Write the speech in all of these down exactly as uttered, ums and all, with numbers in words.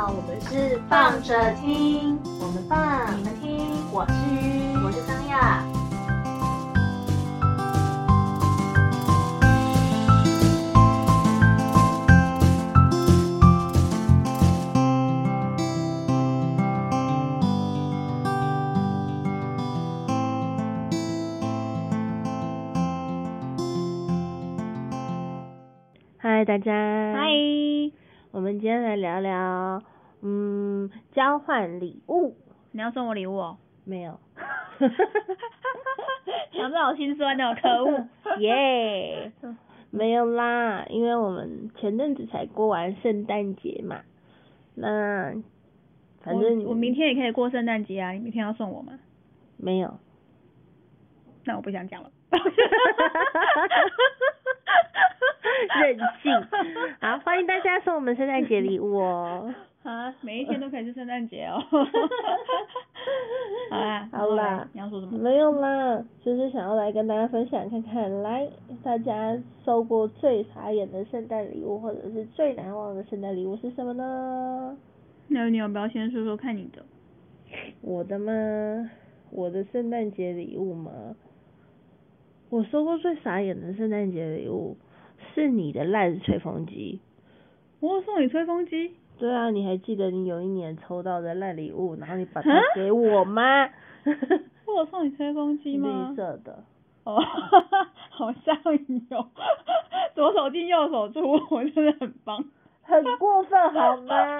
好，我们是放着听， 我们放， 你们听， 我是鱼， 我是桑亚。 嗨，大家。 嗨。 我们今天来聊聊，嗯，交换礼物。 你要送我礼物哦？ 没有。 想这好心酸哦，可恶。 耶。没有啦，因为我们前阵子才过完圣诞节嘛。那反正我我明天也可以过圣诞节啊，你明天要送我吗？ 没有。 那我不想讲了。 任性。好，欢迎大家送我们圣诞节礼物哦。 啊，每一天都可以是圣诞节哦。好啦， 好啦， 你要说什么？ 没有啦，就是想要来跟大家分享看看，来大家收过最傻眼的圣诞礼物，或者是最难忘的圣诞礼物是什么呢？ 那你要不要先说说看你的？ 我的吗？我的圣诞节礼物吗？我收过最傻眼的圣诞节礼物是你的烂吹风机。 我有送你吹风机？对啊，你还记得你有一年抽到的烂礼物，然后你把它给我吗？ 我有送你吹风机吗？ 绿色的。 哦，好像有。左手进右手出，我真的很棒。 很过分好吗？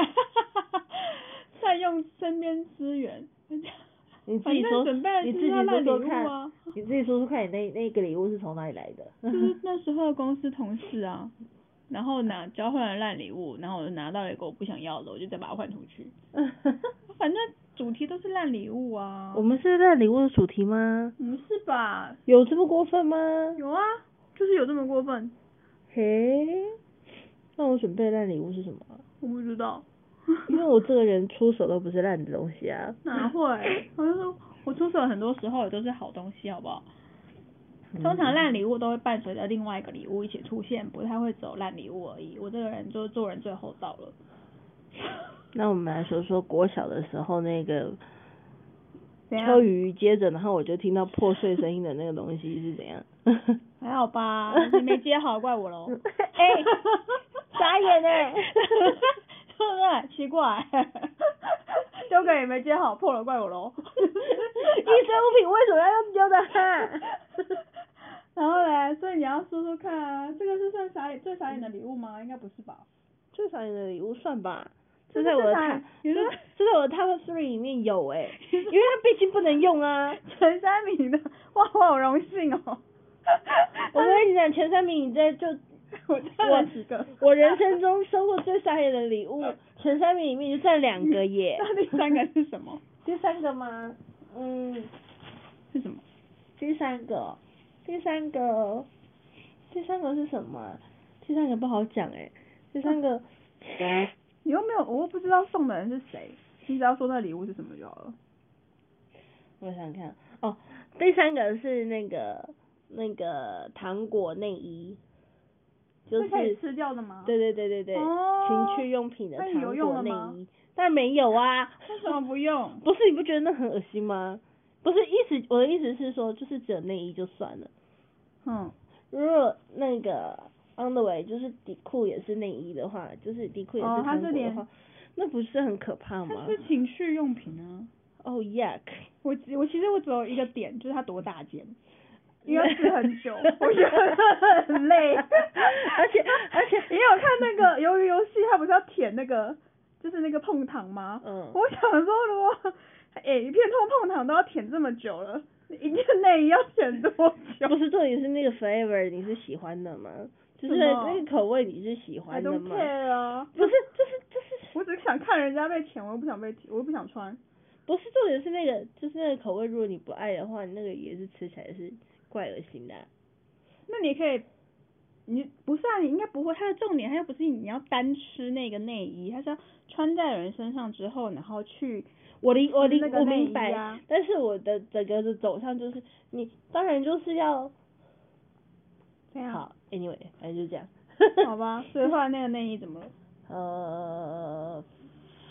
善用身边资源。 你自己说，你自己说说看， 啊、 你自己说说看，你那那个礼物是从哪里来的？ 就是那时候的公司同事啊，然后拿交换了烂礼物，然后我就拿到了一个我不想要的，我就再把它换出去。反正主题都是烂礼物啊。 我们是烂礼物的主题吗？ 不是吧？ 有这么过分吗？ 有啊，就是有这么过分。 嘿，那我准备烂礼物是什么？ 我不知道。 因为我这个人出手都不是烂的东西啊。 哪会？我就说我出手很多时候也都是好东西，好不好？通常烂礼物都会伴随着另外一个礼物一起出现，不太会走烂礼物而已。我这个人就是做人最厚道了。 那我们来说说国小的时候那个秋雨接着，然后我就听到破碎声音的那个东西是怎样？ 还好吧，你没接好，怪我喽。 哎、欸，傻眼哎、欸！ 对不对？奇怪，丢给你没接好，破了怪我喽。 易碎物品为什么要用丢的哈？ 然后嘞，所以你要说说看啊，这个是算傻眼最傻眼的礼物吗？应该不是吧？ 最傻眼的礼物算吧，这在我的 top， 这这在我的 top three 里面有哎、欸，因为它毕竟不能用啊。 前三名的，哇，我好荣幸哦。 我跟你讲，前三名你在就。 我占了几个？ 我人生中收过最傻眼的礼物，前三名里面就占两个耶。 那第三个是什么？ 第三个吗？嗯， 是什么？ 第三个，第三个，第三个是什么？第三个不好讲哎。第三个， 啊、你又没有，我又不知道送的人是谁，你只要说那礼物是什么就好了。 我想想看哦，第三个是那个那个糖果内衣。就是可以吃掉的吗？ 对对对对对， 哦、 情趣用品的糖果内衣，但没有啊。 为什么不用？ 不是你不觉得那很恶心吗？不是意思，我的意思是说，就是只有内衣就算了。 嗯。 如果那个 underwear 就是底裤也是内衣的话，就是底裤也是糖果的话，哦、那不是很可怕吗？ 它是情趣用品啊。 哦、oh, yuck！ 我我其实我只有一个点，就是它多大件。因为吃很久，我觉得很累， 而且而且， 因为我看那个鱿鱼游戏，他不是要舔那个，就是那个碰糖吗？ 嗯。 我想说，如果哎、欸、一片碰碰糖都要舔这么久了，一件内衣要舔多久？ 不是，重点是那个 flavor 你是喜欢的吗？就是那个口味你是喜欢的吗？ I don't care 啊。 不是，就是就是， 我只是想看人家被舔，我又不想被舔，我又不想穿。 不是，重点是那个，就是那个口味，如果你不爱的话，你那个也是吃起来是。怪恶心的、啊。 那你可以，你不是啊？你应该不会。它的重点，它又不是你要单吃那个内衣，它是要穿在人身上之后，然后去我理我理我明白、啊，但是我的整个的走向就是，你当然就是要， 这样。 好 ，anyway， 反正就这样。 好吧，所以后来那个内衣怎么了？ 呃，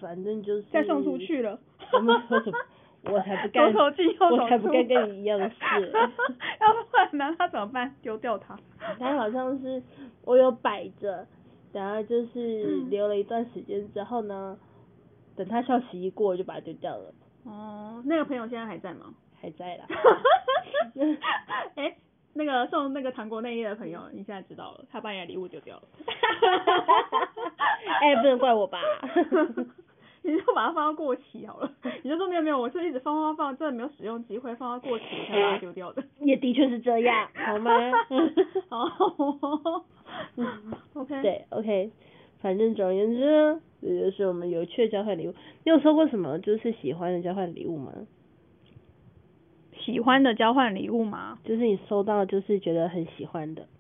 反正就是再送出去了。 我们说什么？我才不干，我才不干跟你一样的事。 要不然呢？他怎么办？丢掉它？ 他好像是我有摆着，然后就是留了一段时间之后呢，等他效期一过，我就把它丢掉了。 哦，那个朋友现在还在吗？ 还在啦。 哎、欸，那个送那个糖果内衣的朋友，你现在知道了，他把你的礼物丢掉了。 哎、欸，不能怪我吧？ 你就把它放到过期好了，你就说没有没有，我是一直放放放，真的没有使用机会，放到过期才把它丢掉的。 也的确是这样，好吗？ 好，OK。 对 ，OK， 反正总而言之呢，这就是我们有趣的交换礼物。你有收过什么就是喜欢的交换礼物吗？ 喜欢的交换礼物吗？ 就是你收到就是觉得很喜欢的。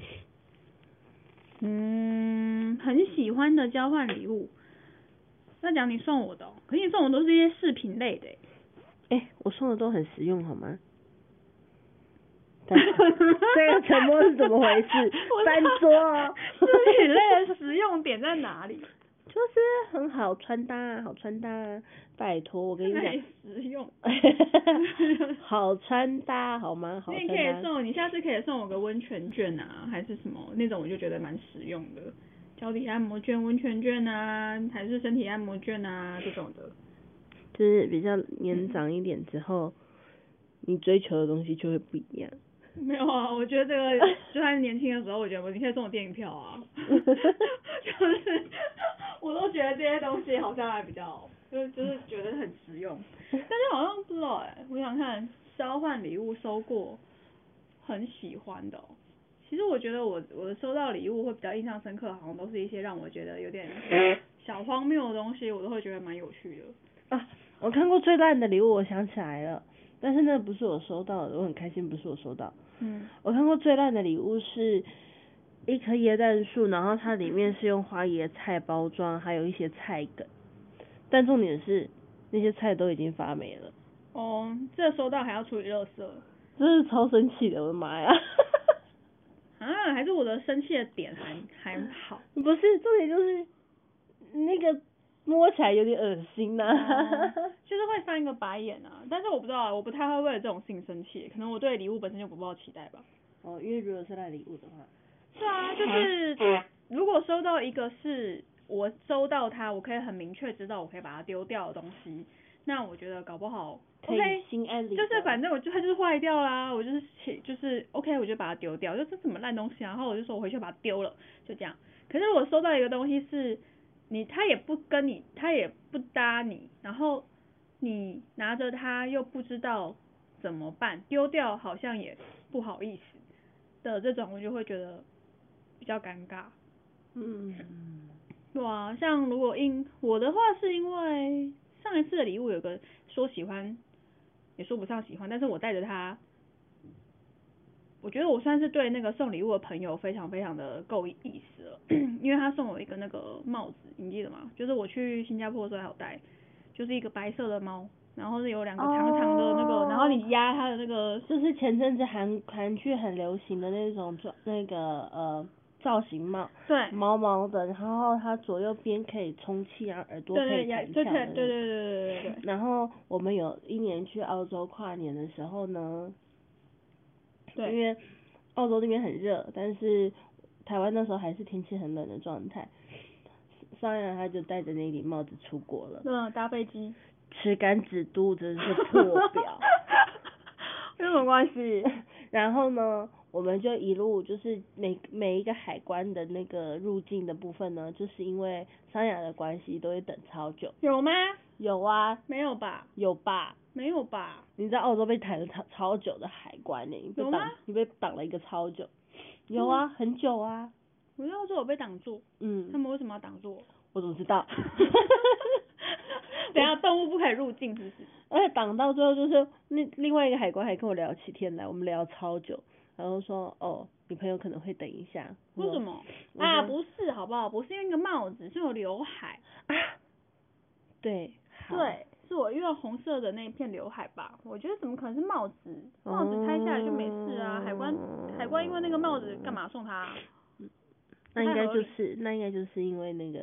嗯，很喜欢的交换礼物。那讲你送我的、哦，可是你送我都是一些饰品类的。 哎、欸，我送的都很实用，好吗？这个沉默是怎么回事？翻桌、哦。 饰品类的实用点在哪里？ 就是很好穿搭，好穿搭，拜托我跟你讲。 实用。 好穿搭好吗？好穿搭。 你可以送，你下次可以送我个温泉券啊，还是什么那种，我就觉得蛮实用的。脚底按摩券、温泉券啊，还是身体按摩券啊，这种的。 就是比较年长一点之后，嗯、你追求的东西就会不一样。 没有啊，我觉得这个就算年轻的时候，我觉得我你可以送我电影票啊。就是我都觉得这些东西好像还比较，就是就是觉得很实用。但是好像不知道哎、欸，我想看交换礼物收过很喜欢的、哦。其实我觉得我我的收到礼物会比较印象深刻，好像都是一些让我觉得有点小荒谬的东西，我都会觉得蛮有趣的。 啊，我看过最烂的礼物，我想起来了，但是那不是我收到的，我很开心不是我收到。 嗯。 我看过最烂的礼物是一棵椰蛋树，然后它里面是用花椰菜包装，还有一些菜梗，但重点是那些菜都已经发霉了。 哦，这收到还要处理垃圾， 真是超生气的，我的妈呀！ 啊，还是我的生气的点还还好。 不是，重点就是那个摸起来有点恶心呐、啊哦，就是会翻一个白眼啊。但是我不知道，我不太会为了这种事情生气，可能我对礼物本身就不抱期待吧。 哦，因为如果是烂礼物的话。 是啊，就是如果收到一个是我收到它，我可以很明确知道我可以把它丢掉的东西，那我觉得搞不好可以心安理得。 就是反正我就它就是坏掉啦，我就是就是 OK， 我就把它丢掉，就这什么烂东西啊，然后我就说我回去把它丢了，就这样。可是如果收到一个东西是你它也不跟你，它也不搭你，然后你拿着它又不知道怎么办，丢掉好像也不好意思的这种，我就会觉得比较尴尬。 嗯， 对啊，像如果因我的话是因为上一次的礼物有个说喜欢，也说不上喜欢，但是我带着它，我觉得我算是对那个送礼物的朋友非常非常的够意思了，因为他送我一个那个帽子，你记得吗？就是我去新加坡的时候还有戴，就是一个白色的猫，然后是有两个长长的那个， oh, 然后你压它的那个， 就是前阵子韩韩剧很流行的那种那个呃造型帽， 对， 毛毛的，然后它左右边可以充气，然后耳朵可以弹跳的那种。 对对对对对对对对。 然后我们有一年去澳洲跨年的时候呢， 对， 因为澳洲那边很热，但是台湾那时候还是天气很冷的状态，商人他就戴着那顶帽子出国了。 嗯，搭飞机。 吃甘蔗肚真是破表。 有什么关系？ 然后呢，我们就一路就是每每一个海关的那个入境的部分呢，就是因为商雅的关系都会等超久。 有吗？ 有啊。 没有吧？ 有吧？ 没有吧？ 你在澳洲被挡了超超久的海关呢、欸？ 有吗？ 你被挡了一个超久。有啊，嗯、很久啊。 我要说我被挡住。 嗯。 他们为什么要挡住我？ 我怎么知道？ 等下动物不可以入境，是不是？ 而且挡到最后就是另另外一个海关还跟我聊起天来，我们聊超久，然后说哦，女朋友可能会等一下。 为什么？啊，不是好不好？不是因为那个帽子，是有刘海啊。 对。 对，是我因为红色的那一片刘海吧？我觉得怎么可能是帽子？帽子拆下来就没事啊。海关海关因为那个帽子干嘛送他、啊？ 那应该就是那应该就是因为那个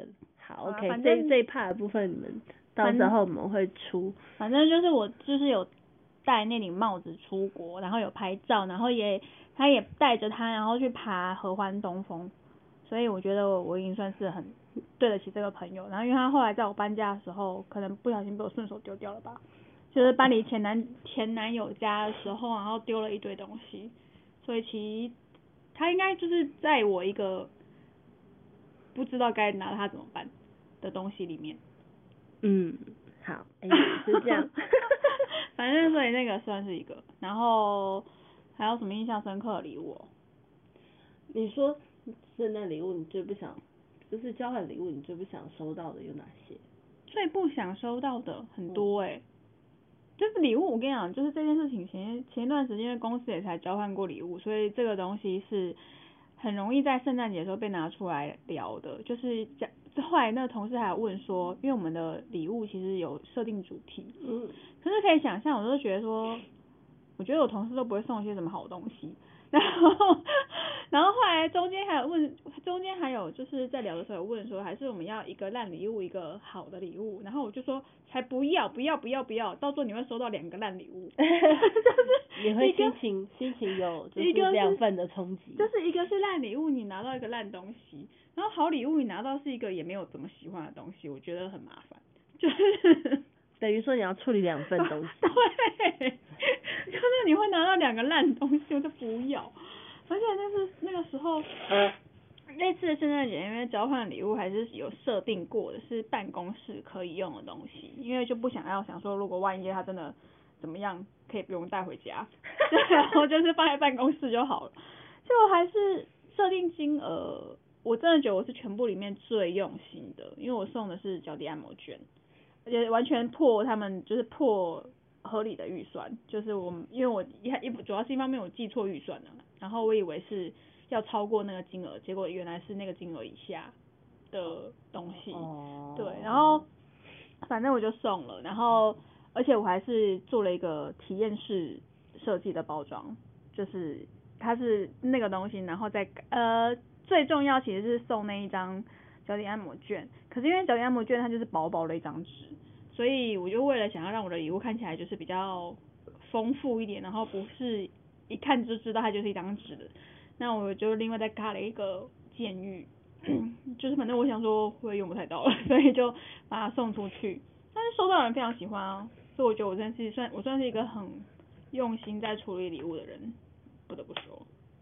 好 ，OK，这这一 part 的部分你们到时候我们会出。 反正就是我就是有戴那顶帽子出国，然后有拍照，然后也他也带着他，然后去爬合欢东峰，所以我觉得我已经算是很对得起这个朋友。然后因为他后来在我搬家的时候，可能不小心被我顺手丢掉了吧，就是搬离前男前男友家的时候，然后丢了一堆东西，所以其实他应该就是在我一个不知道该拿他怎么办的东西里面。 嗯，好，哎、欸，就这样。 反正所以那个算是一个，然后还有什么印象深刻的礼物？ 你说圣诞礼物你最不想，就是交换礼物你最不想收到的有哪些？ 最不想收到的很多哎、欸嗯，就是礼物我跟你讲，就是这件事情前前一段时间公司也才交换过礼物，所以这个东西是很容易在圣诞节的时候被拿出来聊的，就是讲。后来那个同事还有问说，因为我们的礼物其实有设定主题，嗯，可是可以想象，我都觉得说，我觉得我同事都不会送一些什么好东西，然后，然后后来中间还有问，中间还有就是在聊的时候有问说，还是我们要一个烂礼物，一个好的礼物，然后我就说才不要，不要，不要，不要，到时候你会收到两个烂礼物，就是你会心情心情有就是两份的冲击， 就是一个是烂礼物，你拿到一个烂东西。然后好礼物你拿到是一个也没有怎么喜欢的东西，我觉得很麻烦，就是等于说你要处理两份东西。 对，就是你会拿到两个烂东西，我就不要。而且那是那个时候，那次的圣诞节因为交换礼物还是有设定过的，是办公室可以用的东西，因为就不想要想说如果万一他真的怎么样，可以不用带回家，然后就是放在办公室就好了。就还是设定金额。我真的觉得我是全部里面最用心的，因为我送的是脚底按摩券，而且完全破他们就是破合理的预算，就是我因为我一一主要是一方面我记错预算了，然后我以为是要超过那个金额，结果原来是那个金额以下的东西，哦、对，然后反正我就送了，然后而且我还是做了一个体验式设计的包装，就是它是那个东西，然后再呃。最重要其实是送那一张脚底按摩券，可是因为脚底按摩券它就是薄薄的一张纸，所以我就为了想要让我的礼物看起来就是比较丰富一点，然后不是一看就知道它就是一张纸的，那我就另外再加了一个监狱，就是反正我想说会用不太到了，所以就把它送出去，但是收到的人非常喜欢啊，所以我觉得我真是算我算是一个很用心在处理礼物的人，不得不说。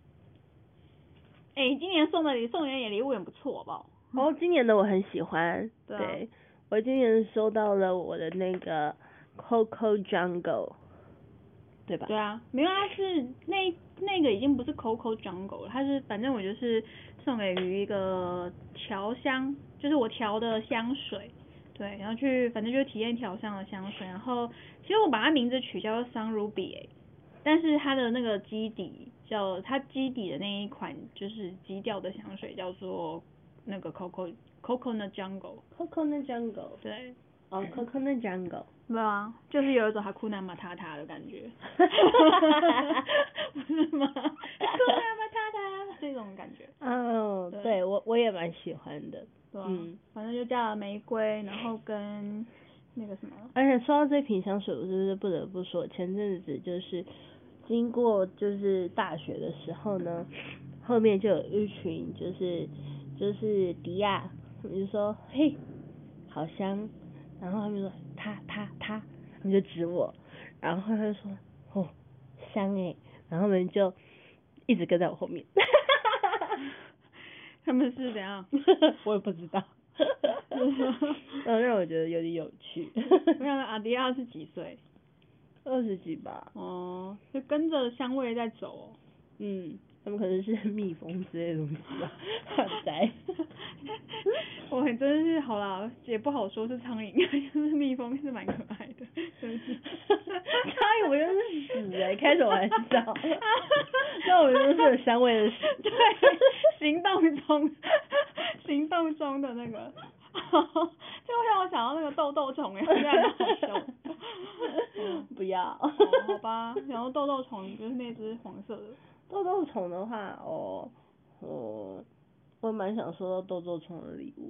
哎、欸，今年送的礼送人也礼物也不错，好不好？ 哦，今年的我很喜欢，对，啊、对我今年收到了我的那个 Coco Jungle， 对吧？ 对啊，没有，它是那那个已经不是 Coco Jungle 了，它是反正我就是送给于一个调香，就是我调的香水，对，然后去反正就是体验调香的香水，然后其实我把它名字取叫做 Sun Ruby，、欸、但是它的那个基底。叫它基底的那一款就是基调的香水叫做那个 Coco Coconut Jungle Coconut Jungle 对哦、oh, Coconut Jungle 没有啊，就是有一种哈库纳马塔塔的感觉，不是吗？哈库纳马塔塔这种感觉。 哦、oh, ，对我我也蛮喜欢的， 对啊、嗯，反正就加了玫瑰，然后跟那个什么。 而且说到这瓶香水，我就是不得不说，前阵子就是。经过就是大学的时候呢，后面就有一群就是就是迪亚，他们就说嘿好香，然后他们就说他他他，他们就指我，然后他就说哦香诶，然后他们就一直跟在我后面， 他们是怎样？ 我也不知道，然后让我觉得有点有趣。 我想阿迪亚是几岁？ 二十几吧。 哦，就跟着香味在走、哦。 嗯，他们可能是蜜蜂之类的东西吧，很宅。 我很真是好啦，也不好说是苍蝇，就是蜜蜂是蛮可爱的，真是。 苍蝇我就是屎哎，开什么玩笑？那我就是有香味的屎。 对，行动中，行动中的那个。就会让我想到那个豆豆虫哎，现在好笑。 嗯，不要。 哦，好吧，然后豆豆虫就是那只黄色的。 豆豆虫的话，哦，哦，我蛮想收到豆豆虫的礼物。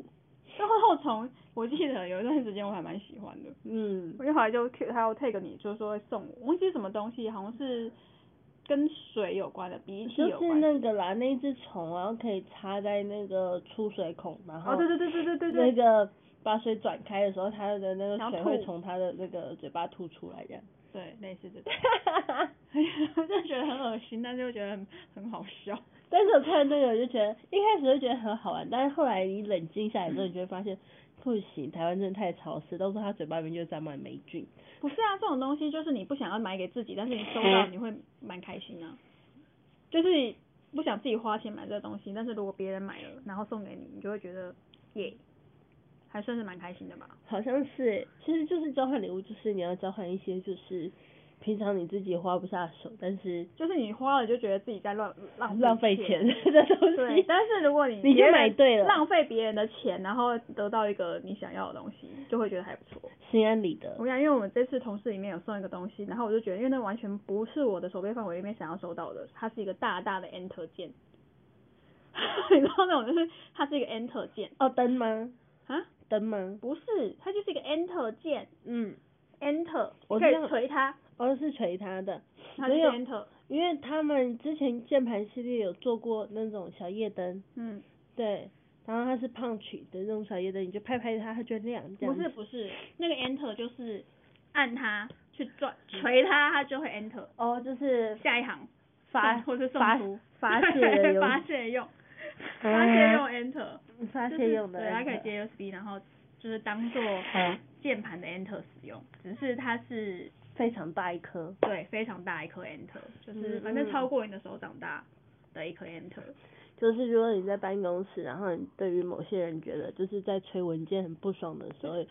最后从我记得有一段时间我还蛮喜欢的，嗯，因为后来就还要 take 你，就是说会送我，忘记是什么东西，好像是跟水有关的，鼻涕有关的。 就是那个啦，那一只虫，然后可以插在那个出水孔，然后哦对对对对对对对， 那个把水转开的时候，它的那个水会从它的那个嘴巴吐出来这样。 对，类似这种。就觉得很恶心，但是又觉得很很好笑。 但是我看那个我就觉得，一开始就觉得很好玩，但是后来你冷静下来之后，你就会发现不行，台湾真的太潮湿，到时候他嘴巴里面就沾满霉菌。 不是啊，这种东西就是你不想要买给自己，但是你收到你会蛮开心啊。就是你不想自己花钱买这个东西，但是如果别人买了然后送给你，你就会觉得耶，还算是蛮开心的吧。 好像是，其实就是交换礼物，就是你要交换一些就是平常你自己花不下手，但是就是你花了就觉得自己在浪浪浪费钱的东西。 对，但是如果你你就买对了， 浪费别人的钱，然后得到一个你想要的东西，就会觉得还不错， 心安理得。 我想，因为我们这次同事里面有送一个东西，然后我就觉得，因为那完全不是我的手背范围里面想要收到的，它是一个大大的 Enter 键。你知道那种就是它是一个 Enter 键。 哦，灯吗？ 啊？ 灯吗？ 不是，它就是一个 Enter 键。 嗯 ，Enter，我可以捶它。 哦，是捶它的。 它是 Enter。 因为他们之前键盘系列有做过那种小夜灯。 嗯。 对。然后它是punch的那种小夜灯，你就拍拍它，它就会亮。这样。 不是不是，那个 Enter 就是按它去转捶它，它就会 Enter。 哦，就是下一行发或是送出发泄用。 发泄用。发泄用 Enter。 发泄用的。 对，它可以接 U S B， 然后就是当做键盘的 Enter 使用，只是它是非常大一颗。 对，非常大一颗 Enter， 就是反正超过你的手掌大的一颗 Enter。 就是如果你在办公室，然后你对于某些人觉得就是在催文件很不爽的时候，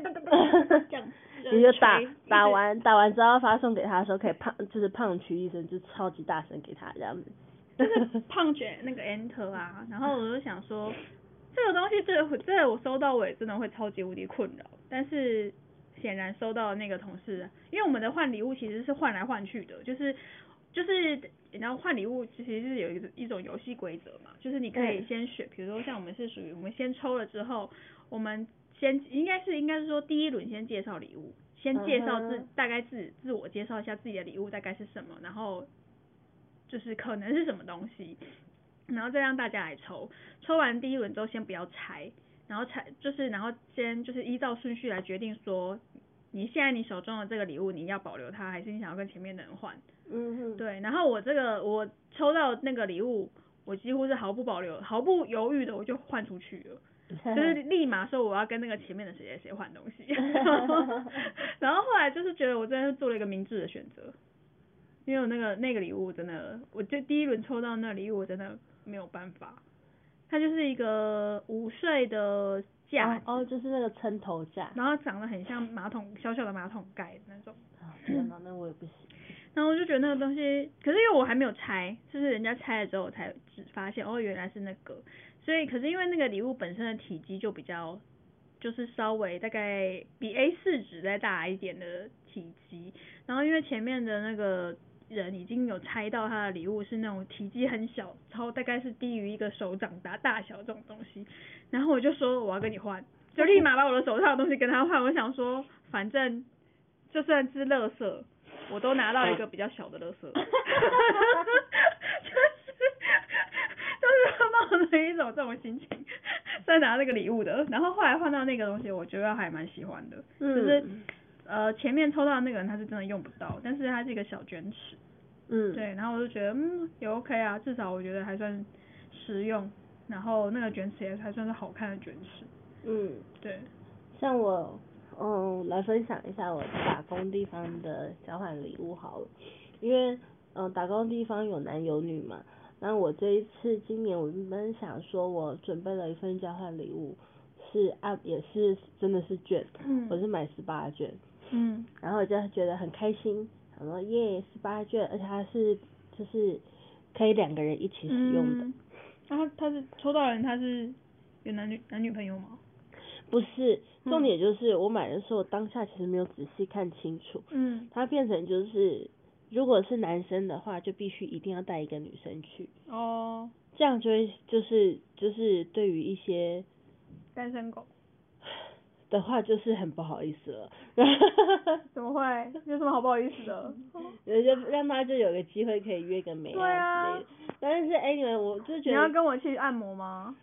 你就打打完打完之后发送给他的时候，可以胖就是胖取一声，就超级大声给他这样子。 就是胖卷那个 Enter 啊，然后我就想说，这个东西这个这个我收到我也真的会超级无敌困扰，但是显然收到的那个同事，因为我们的换礼物其实是换来换去的，就是就是然后换礼物其实是有一个一种游戏规则嘛，就是你可以先选，比如说像我们是属于我们先抽了之后，我们先应该是应该是说第一轮先介绍礼物，先介绍自、uh-huh. 大概自自我介绍一下自己的礼物大概是什么，然后就是可能是什么东西，然后再让大家来抽，抽完第一轮之后先不要拆，然后拆就是然后先就是依照顺序来决定说你现在你手中的这个礼物你要保留它，还是你想要跟前面的人换。 嗯哼。 对，然后我这个我抽到那个礼物，我几乎是毫不保留毫不犹豫的我就换出去了。就是立马说我要跟那个前面的谁谁谁换东西。然后后来就是觉得我真的是做了一个明智的选择，因为我那个那个礼物真的，我就第一轮抽到那礼物我真的没有办法，它就是一个午睡的架子。 哦, 哦就是那个撑头架， 然后长得很像马桶小小的马桶盖的那种。 啊天哪，那我也不行。 然后我就觉得那个东西，可是因为我还没有拆，就是人家拆了之后我才只发现哦原来是那个，所以可是因为那个礼物本身的体积就比较，就是稍微大概比 A 四 纸再大一点的体积，然后因为前面的那个人已经有拆到他的礼物是那种体积很小，超大概是低于一个手掌大大小这种东西，然后我就说我要跟你换，就立马把我的手上的东西跟他换，我想说反正就算是垃圾我都拿到一个比较小的垃圾。就是就是冒着一种这种心情在拿那个礼物的，然后后来换到那个东西我觉得还蛮喜欢的。嗯、就是呃前面抽到的那个人他是真的用不到，但是他是一个小卷尺。嗯，对，然后我就觉得嗯也 OK 啊，至少我觉得还算实用，然后那个卷尺也还算是好看的卷尺。嗯，对。 像我嗯来分享一下我打工地方的交换礼物好了，因为嗯打工地方有男有女嘛，那我这一次今年我原本想说我准备了一份交换礼物，是按也是真的是卷，嗯，我是买十八卷，嗯，然后我就觉得很开心，然后耶十八卷，而且它是就是可以两个人一起使用的。 嗯，然后他是抽到人他是有男女男女朋友吗？ 不是，重点就是我买的时候当下其实没有仔细看清楚，嗯，它变成就是如果是男生的话就必须一定要带一个女生去，哦，这样就会就是就是对于一些单身狗的话，就是很不好意思了。 怎么会？有什么好不好意思的？ 就让他就有个机会可以约个美啊之类的。但是 anyway， 我就觉得你要跟我去按摩吗？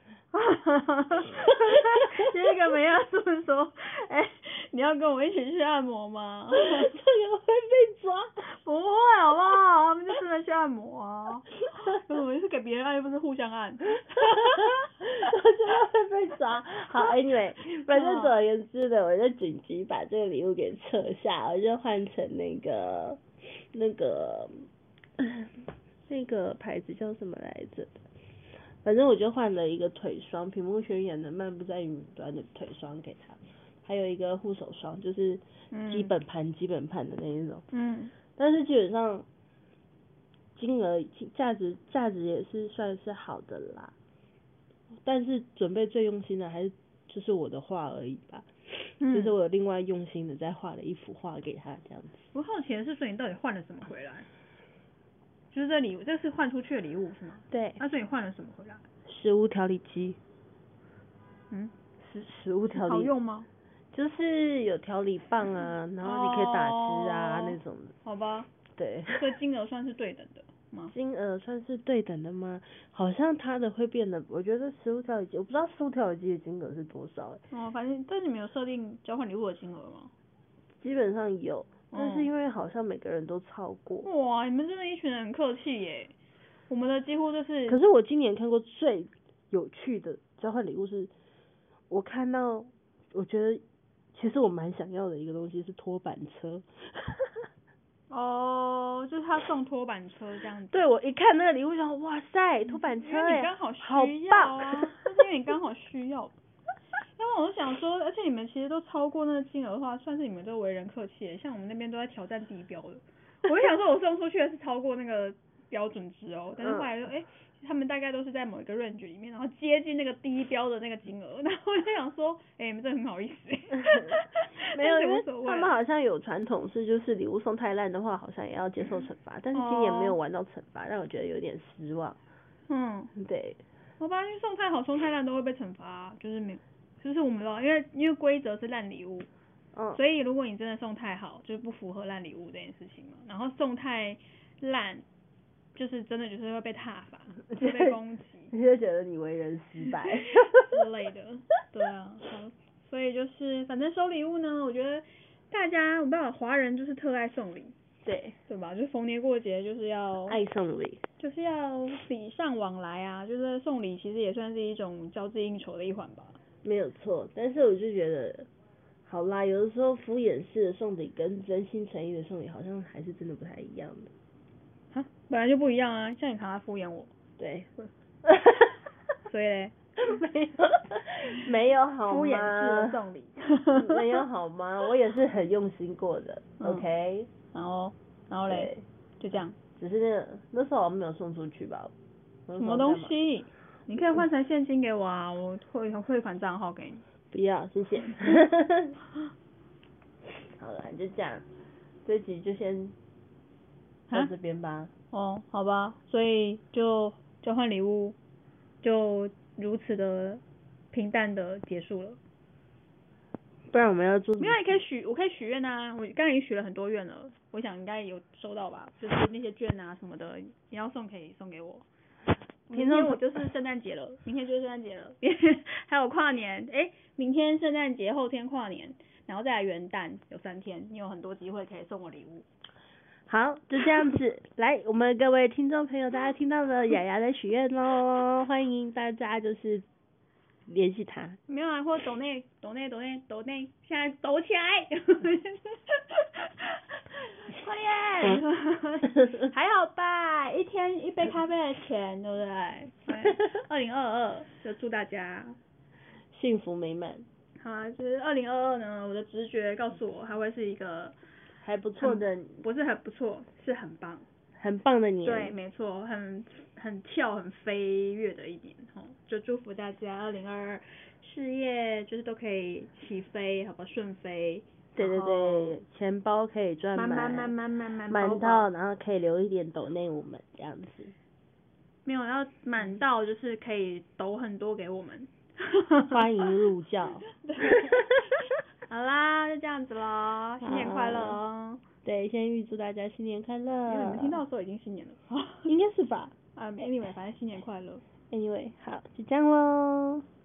约一个美亚是不是说，哎、欸，你要跟我一起去按摩吗？ 这个会被抓。 不会好不好？他们就真的去按摩啊。为什么是给别人按又不是互相按？ 我觉得会被抓。好 ，anyway， 反正总而言之的，我就紧急把这个礼物给撤下，我就换成那个那个那个牌子叫什么来着？反正我就换了一个腿霜，屏幕宣言的漫步在云端的腿霜给他，还有一个护手霜，就是基本盘、嗯、基本盘的那一种。嗯。但是基本上金额价值价值也是算是好的啦，但是准备最用心的还是就是我的画而已吧。嗯。就是我有另外用心的再画了一幅画给他这样子。 我好奇的是，所以你到底换了什么回来？就是这礼物，这是换出去的礼物是吗？ 对。 那、啊、所以你换了什么回来？ 食物调理机。 嗯， 食食物调理。 好用吗？ 就是有调理棒啊，然后你可以打汁啊、哦、那种的。 好吧。 对。 所以金额算是对等的吗？ 金额算是对等的吗？好像它的会变得，我觉得食物调理机，我不知道食物调理机的金额是多少哎、 欸。哦，反正但是你们有设定交换礼物的金额吗？ 基本上有。但是因为好像每个人都超过。 哇，你们真的一群人很客气耶！我们的几乎就是。 可是我今年看过最有趣的交换礼物是，我看到我觉得其实我蛮想要的一个东西是拖板车。 哦，就是他送拖板车这样子。 对，我一看那个礼物想，哇塞，拖板车哎， 因为你刚好需要啊，就是因为你刚好需要。因为我就想说，而且你们其实都超过那个金额的话，算是你们都为人客气，像我们那边都在挑战地标的。我就想说，我送出去的是超过那个标准值哦，但是后来说，哎、欸，他们大概都是在某一个 range 里面，然后接近那个低标的那个金额，然后我就想说，哎、欸，你们真的很好意思。 没有，因为他们好像有传统是，就是礼物送太烂的话，好像也要接受惩罚，但是今年没有玩到惩罚，让我觉得有点失望。嗯，对。 好吧，因为送太好、送太烂都会被惩罚，就是没有。就是我们咯，因为因为规则是烂礼物，嗯，所以如果你真的送太好，就是不符合烂礼物这件事情嘛。然后送太烂，就是真的就是会被挞伐，会被攻击， 你就觉得你为人失败之类的。对啊，好，所以就是反正收礼物呢，我觉得大家我不知道华人就是特爱送礼， 对对吧？就是逢年过节就是要爱送礼， 就是要礼尚往来啊，就是送礼其实也算是一种交际应酬的一环吧。 没有错，但是我就觉得，好啦，有的时候敷衍式的送礼跟真心诚意的送礼好像还是真的不太一样的。 哈，本来就不一样啊，像你常常敷衍我。 对。 所以嘞。 没有，没有好吗？ 敷衍式的送礼。 没有好吗？我也是很用心过的、嗯、，OK。 然后，然后嘞，就这样。 只是那个那时候我没有送出去吧？ 什么东西？你可以换成现金给我啊，我汇汇款账号给你。 不要，谢谢。好了，就这样，这集就先到这边吧。 哦，好吧，所以就交换礼物就如此的平淡的结束了。 不然我们要做什么？ 没有，你可以许，我可以许愿啊，我刚才已经许了很多愿了，我想应该有收到吧，就是那些券啊什么的，你要送可以送给我。明天我就是圣诞节了，明天就是圣诞节了，还有跨年，哎、欸，明天圣诞节，后天跨年，然后再来元旦，有三天，你有很多机会可以送我礼物。 好，就这样子，来，我们各位听众朋友，大家听到了雅雅的许愿咯，欢迎大家就是联系他。 没有啊，或者抖内抖内抖内抖内，现在抖起来。快点，还好吧，一天一杯咖啡的钱，对不对？二零二二，就祝大家幸福美满。 好啊，就是二零二二呢，我的直觉告诉我，它会是一个还不错的， 不是很不错，是很棒， 很棒的年。 对，没错，很很跳很飞跃的一年吼，就祝福大家二零二二事业就是都可以起飞，好不好？顺飞。 对对对，钱包可以赚满， 满满满满满满到，然后可以留一点抖内我们这样子。 没有，要满到就是可以抖很多给我们， 欢迎入教。 好啦，就这样子咯，新年快乐哦。 对，先预祝大家新年快乐。 因为你们听到的时候已经新年了。 应该是吧。 啊 ，anyway，反正新年快乐。 Anyway，好，就这样咯。